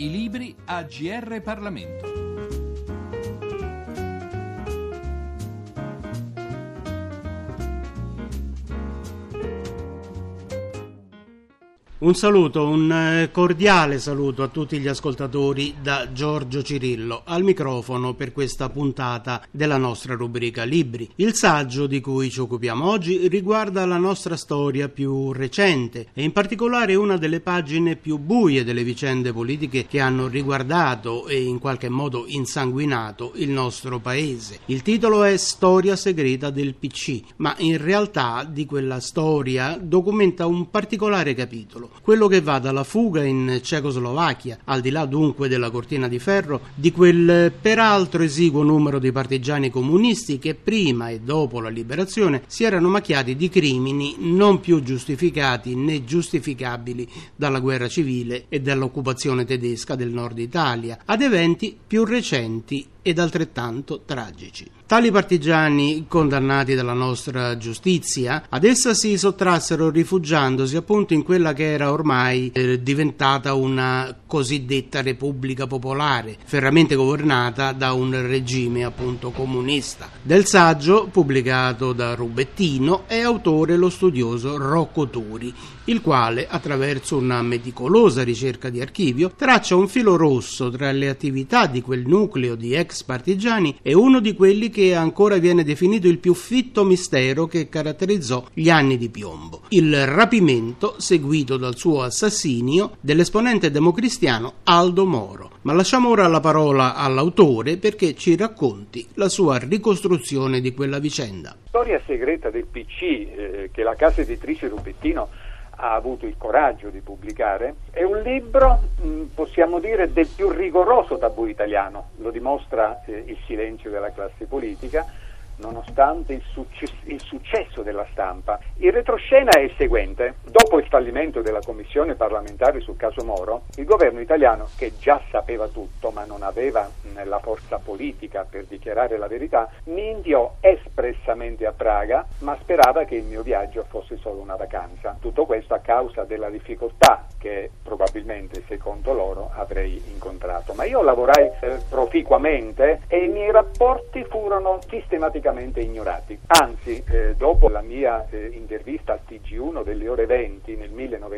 I libri a GR Parlamento. Un saluto, un cordiale saluto a tutti gli ascoltatori da Giorgio Cirillo, al microfono per questa puntata della nostra rubrica Libri. Il saggio di cui ci occupiamo oggi riguarda la nostra storia più recente e in particolare una delle pagine più buie delle vicende politiche che hanno riguardato e in qualche modo insanguinato il nostro paese. Il titolo è Storia segreta del PC, ma in realtà di quella storia documenta un particolare capitolo. Quello che va dalla fuga in Cecoslovacchia, al di là dunque della cortina di ferro, di quel peraltro esiguo numero di partigiani comunisti che prima e dopo la liberazione si erano macchiati di crimini non più giustificati né giustificabili dalla guerra civile e dall'occupazione tedesca del nord Italia, ad eventi più recenti ed altrettanto tragici. Tali partigiani, condannati dalla nostra giustizia, ad essa si sottrassero rifugiandosi appunto in quella che era ormai diventata una cosiddetta Repubblica Popolare, ferramente governata da un regime appunto comunista. Del saggio, pubblicato da Rubettino, è autore lo studioso Rocco Turi, il quale, attraverso una meticolosa ricerca di archivio, traccia un filo rosso tra le attività di quel nucleo di ex partigiani e uno di quelli che ancora viene definito il più fitto mistero che caratterizzò gli anni di piombo: il rapimento, seguito dal suo assassinio, dell'esponente democristiano Aldo Moro. Ma lasciamo ora la parola all'autore perché ci racconti la sua ricostruzione di quella vicenda. Storia segreta del PC, che la casa editrice Rubettino ha avuto il coraggio di pubblicare, è un libro, possiamo dire, del più rigoroso tabù italiano. Lo dimostra il silenzio della classe politica, nonostante il successo della stampa. Il retroscena è il seguente: dopo il fallimento della commissione parlamentare sul caso Moro, il governo italiano, che già sapeva tutto ma non aveva la forza politica per dichiarare la verità, mi inviò espressamente a Praga, ma sperava che il mio viaggio fosse solo una vacanza. Tutto questo a causa della difficoltà che probabilmente, secondo loro, avrei incontrato. Ma io lavorai proficuamente e i miei rapporti furono sistematicamente ignorati. Anzi, dopo la mia intervista al TG1 delle ore 20 nel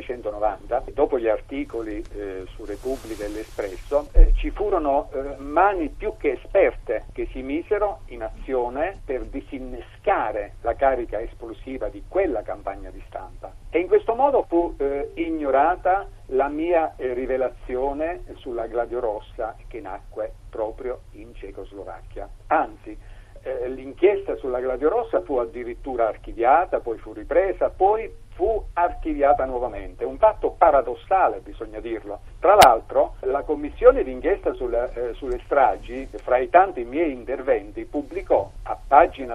1990, dopo gli articoli su Repubblica e l'Espresso, ci furono mani più che esperte che si misero in azione per disinnescare la carica esplosiva di quella campagna di stampa. E in questo modo fu ignorata la mia rivelazione sulla Gladio Rossa, che nacque proprio in Cecoslovacchia. Anzi, l'inchiesta sulla Gladio Rossa fu addirittura archiviata, poi fu ripresa, poi fu archiviata nuovamente. Un fatto paradossale, bisogna dirlo. Tra l'altro, la commissione d'inchiesta sulle stragi, fra i tanti miei interventi, pubblicò a pagina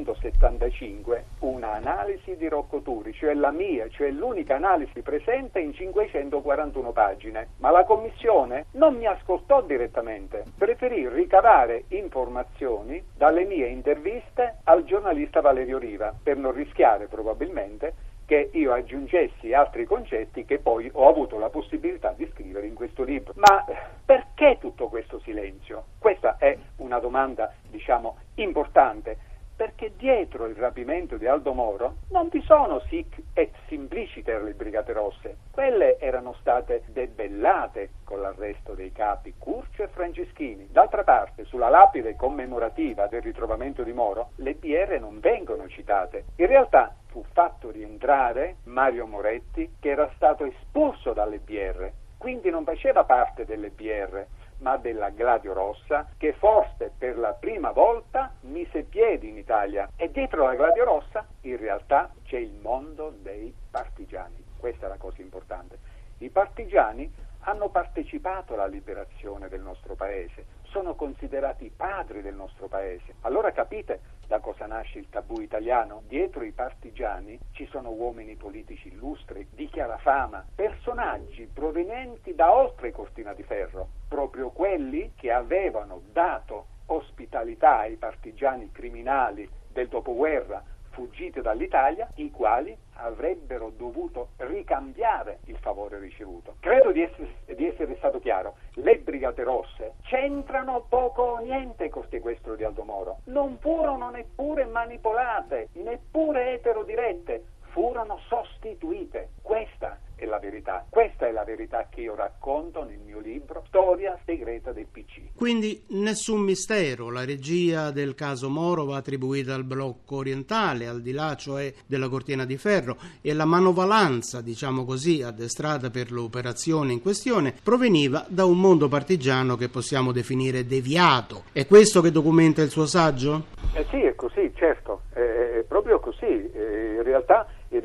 275 un'analisi di Rocco Turi, cioè la mia, cioè l'unica analisi presente in 541 pagine. Ma la commissione non mi ascoltò direttamente, preferì ricavare informazioni dalle mie interviste al giornalista Valerio Riva, per non rischiare probabilmente che io aggiungessi altri concetti che poi ho avuto la possibilità di scrivere in questo libro. Ma perché tutto questo silenzio? Questa è una domanda, importante, perché dietro il rapimento di Aldo Moro non vi sono sic et simpliciter le Brigate Rosse. Quelle erano state debellate con l'arresto dei capi Curcio e Franceschini. D'altra parte, sulla lapide commemorativa del ritrovamento di Moro, le PR non vengono citate. In realtà fu fatto rientrare Mario Moretti, che era stato espulso dalle BR, quindi non faceva parte delle BR, ma della Gladio Rossa, che forse per la prima volta mise piedi in Italia. E dietro la Gladio Rossa, in realtà, c'è il mondo dei partigiani. Questa è la cosa importante. I partigiani hanno partecipato alla liberazione del nostro paese, sono considerati i padri del nostro paese. Allora capite da cosa nasce il tabù italiano? Dietro i partigiani ci sono uomini politici illustri, di chiara fama, personaggi provenienti da oltre Cortina di Ferro, proprio quelli che avevano dato ospitalità ai partigiani criminali del dopoguerra fuggiti dall'Italia, i quali avrebbero dovuto ricambiare il favore ricevuto. Credo di essere stato chiaro. le Brigate Rosse, c'entrano poco o niente con il sequestro di Aldo Moro. Non furono neppure manipolate, neppure eterodirette, furono sostituite. Questa è la verità. Questa è la verità che io racconto nel mio libro Storia segreta del PC. Quindi nessun mistero, la regia del caso Moro va attribuita al blocco orientale, al di là cioè della cortina di ferro, e la manovalanza, diciamo così, addestrata per l'operazione in questione proveniva da un mondo partigiano che possiamo definire deviato. È questo che documenta il suo saggio? Sì, è così, certo, è proprio così. In realtà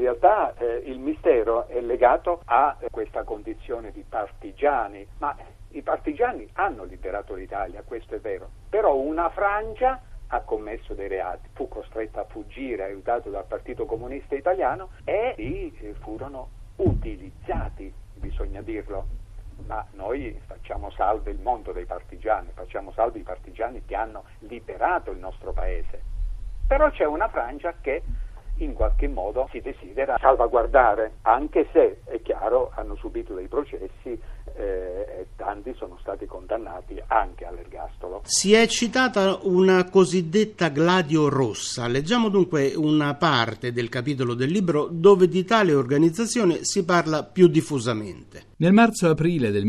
il mistero è legato a questa condizione di partigiani, ma i partigiani hanno liberato l'Italia, questo è vero, però una frangia ha commesso dei reati, fu costretta a fuggire, aiutato dal Partito Comunista Italiano, e lì furono utilizzati, bisogna dirlo. Ma noi facciamo salvo il mondo dei partigiani, facciamo salvo i partigiani che hanno liberato il nostro paese. Però c'è una frangia che in qualche modo si desidera salvaguardare, anche se, è chiaro, hanno subito dei processi e tanti sono stati condannati anche all'ergastolo. Si è citata una cosiddetta Gladio Rossa. Leggiamo dunque una parte del capitolo del libro dove di tale organizzazione si parla più diffusamente. Nel marzo-aprile del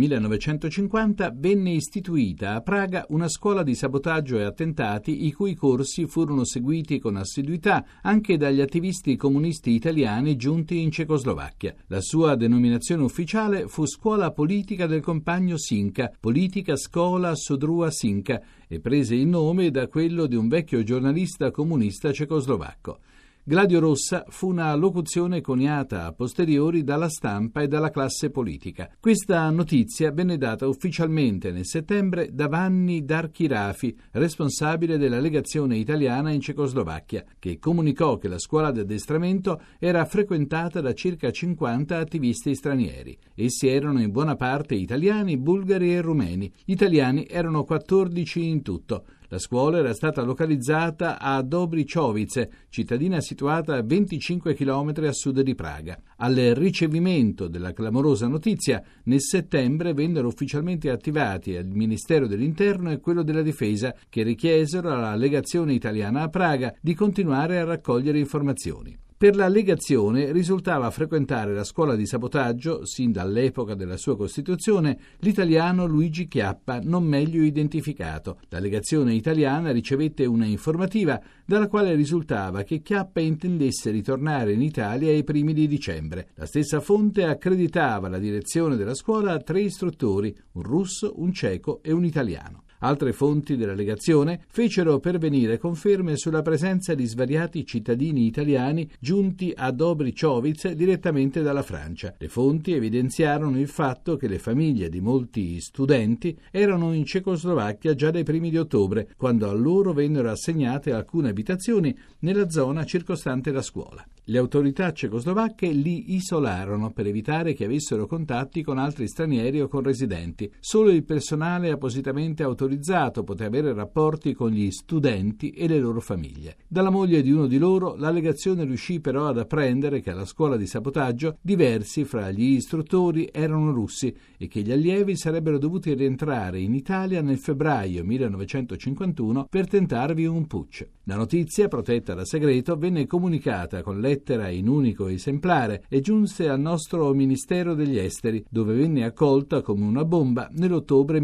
1950 venne istituita a Praga una scuola di sabotaggio e attentati i cui corsi furono seguiti con assiduità anche dagli attivisti comunisti italiani giunti in Cecoslovacchia. La sua denominazione ufficiale fu Scuola Politica del Compagno Sinca, Politica Scola Sodrua Sinca, e prese il nome da quello di un vecchio giornalista comunista cecoslovacco. Gladio Rossa fu una locuzione coniata a posteriori dalla stampa e dalla classe politica. Questa notizia venne data ufficialmente nel settembre da Vanni Darchirafi, responsabile della legazione italiana in Cecoslovacchia, che comunicò che la scuola di addestramento era frequentata da circa 50 attivisti stranieri. Essi erano in buona parte italiani, bulgari e rumeni. Gli italiani erano 14 in tutto. La scuola era stata localizzata a Dobričovice, cittadina situata a 25 km a sud di Praga. Al ricevimento della clamorosa notizia, nel settembre vennero ufficialmente attivati il Ministero dell'Interno e quello della Difesa, che richiesero alla legazione italiana a Praga di continuare a raccogliere informazioni. Per la legazione risultava frequentare la scuola di sabotaggio, sin dall'epoca della sua costituzione, l'italiano Luigi Chiappa, non meglio identificato. La legazione italiana ricevette una informativa dalla quale risultava che Chiappa intendesse ritornare in Italia ai primi di dicembre. La stessa fonte accreditava la direzione della scuola a 3 istruttori, un russo, un ceco e un italiano. Altre fonti della legazione fecero pervenire conferme sulla presenza di svariati cittadini italiani giunti a Dobričovice direttamente dalla Francia. Le fonti evidenziarono il fatto che le famiglie di molti studenti erano in Cecoslovacchia già dai primi di ottobre, quando a loro vennero assegnate alcune abitazioni nella zona circostante la scuola. Le autorità cecoslovacche li isolarono per evitare che avessero contatti con altri stranieri o con residenti. Solo il personale appositamente autorizzato poté avere rapporti con gli studenti e le loro famiglie. Dalla moglie di uno di loro la legazione riuscì però ad apprendere che alla scuola di sabotaggio diversi fra gli istruttori erano russi e che gli allievi sarebbero dovuti rientrare in Italia nel febbraio 1951 per tentarvi un putsch. La notizia, protetta da segreto, venne comunicata con lettera in unico esemplare e giunse al nostro Ministero degli Esteri, dove venne accolta come una bomba nell'ottobre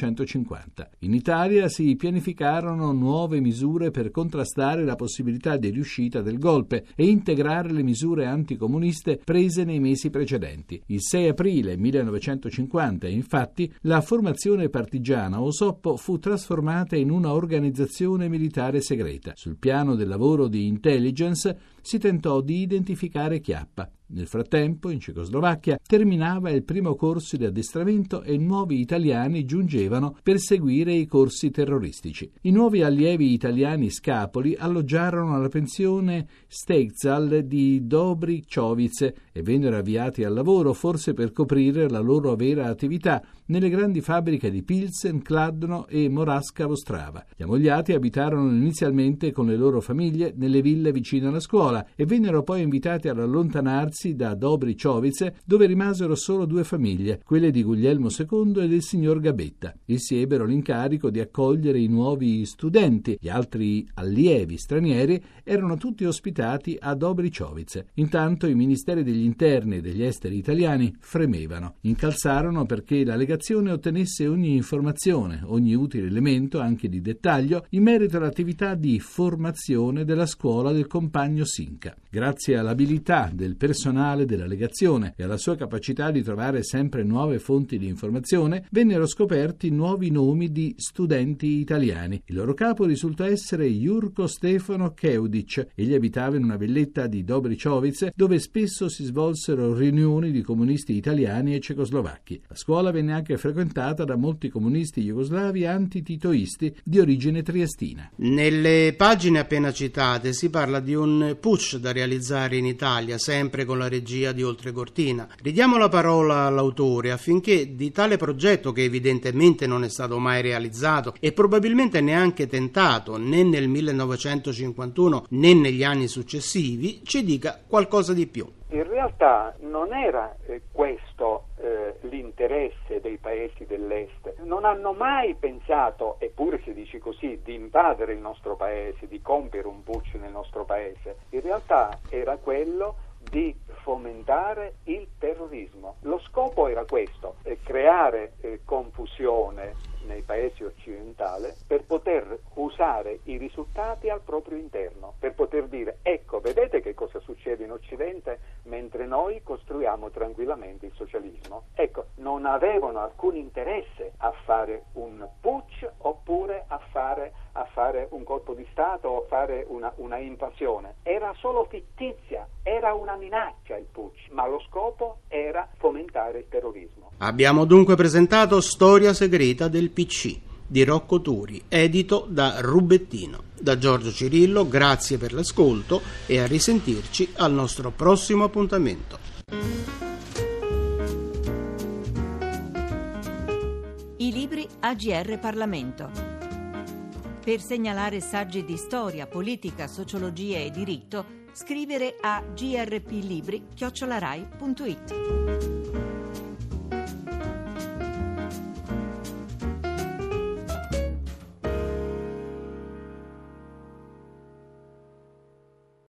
1950. In Italia si pianificarono nuove misure per contrastare la possibilità di riuscita del golpe e integrare le misure anticomuniste prese nei mesi precedenti. Il 6 aprile 1950, infatti, la formazione partigiana Osoppo fu trasformata in una organizzazione militare segreta. Sul piano del lavoro di intelligence si tentò di identificare Chiappa. Nel frattempo, in Cecoslovacchia, terminava il primo corso di addestramento e nuovi italiani giungevano per seguire i corsi terroristici. I nuovi allievi italiani scapoli alloggiarono alla pensione Steiczal di Dobričovice e vennero avviati al lavoro, forse per coprire la loro vera attività, nelle grandi fabbriche di Pilsen, Kladno e Moravska Ostrava. Gli ammogliati abitarono inizialmente con le loro famiglie nelle ville vicine alla scuola e vennero poi invitati ad allontanarsi ragazzi da Dobriciovice, dove rimasero solo 2 famiglie, quelle di Guglielmo II e del signor Gabetta. Essi ebbero l'incarico di accogliere i nuovi studenti. Gli altri allievi stranieri erano tutti ospitati a Dobriciovice. Intanto i ministeri degli interni e degli esteri italiani fremevano. Incalzarono perché la legazione ottenesse ogni informazione, ogni utile elemento, anche di dettaglio, in merito all'attività di formazione della scuola del compagno Sinca. Grazie all'abilità del personale della legazione e alla sua capacità di trovare sempre nuove fonti di informazione, vennero scoperti nuovi nomi di studenti italiani. Il loro capo risulta essere Jurko Stefano Keudic. Egli abitava in una villetta di Dobriciovice, dove spesso si svolsero riunioni di comunisti italiani e cecoslovacchi. La scuola venne anche frequentata da molti comunisti jugoslavi antititoisti di origine triestina. Nelle pagine appena citate si parla di un putsch da realizzare in Italia, sempre con la regia di Oltrecortina. Ridiamo la parola all'autore affinché di tale progetto, che evidentemente non è stato mai realizzato e probabilmente neanche tentato né nel 1951 né negli anni successivi, ci dica qualcosa di più. In realtà non era questo l'interesse dei paesi dell'est. Non hanno mai pensato, eppure si dice così, di invadere il nostro paese, di compiere un putsch nel nostro paese. In realtà era quello di fomentare il terrorismo. Lo scopo era questo, creare confusione nei paesi occidentali per poter usare i risultati al proprio interno, per poter dire: ecco, vedete che cosa succede in Occidente mentre noi costruiamo tranquillamente il socialismo. Ecco, non avevano alcun interesse a fare un putsch oppure a fare un colpo di Stato o fare una invasione. Era solo fittizia, era una minaccia il putsch, ma lo scopo era fomentare il terrorismo. Abbiamo dunque presentato Storia segreta del PC di Rocco Turi, edito da Rubettino. Da Giorgio Cirillo, grazie per l'ascolto e a risentirci al nostro prossimo appuntamento. I libri AGR Parlamento. Per segnalare saggi di storia, politica, sociologia e diritto, scrivere a grplibri@rai.it.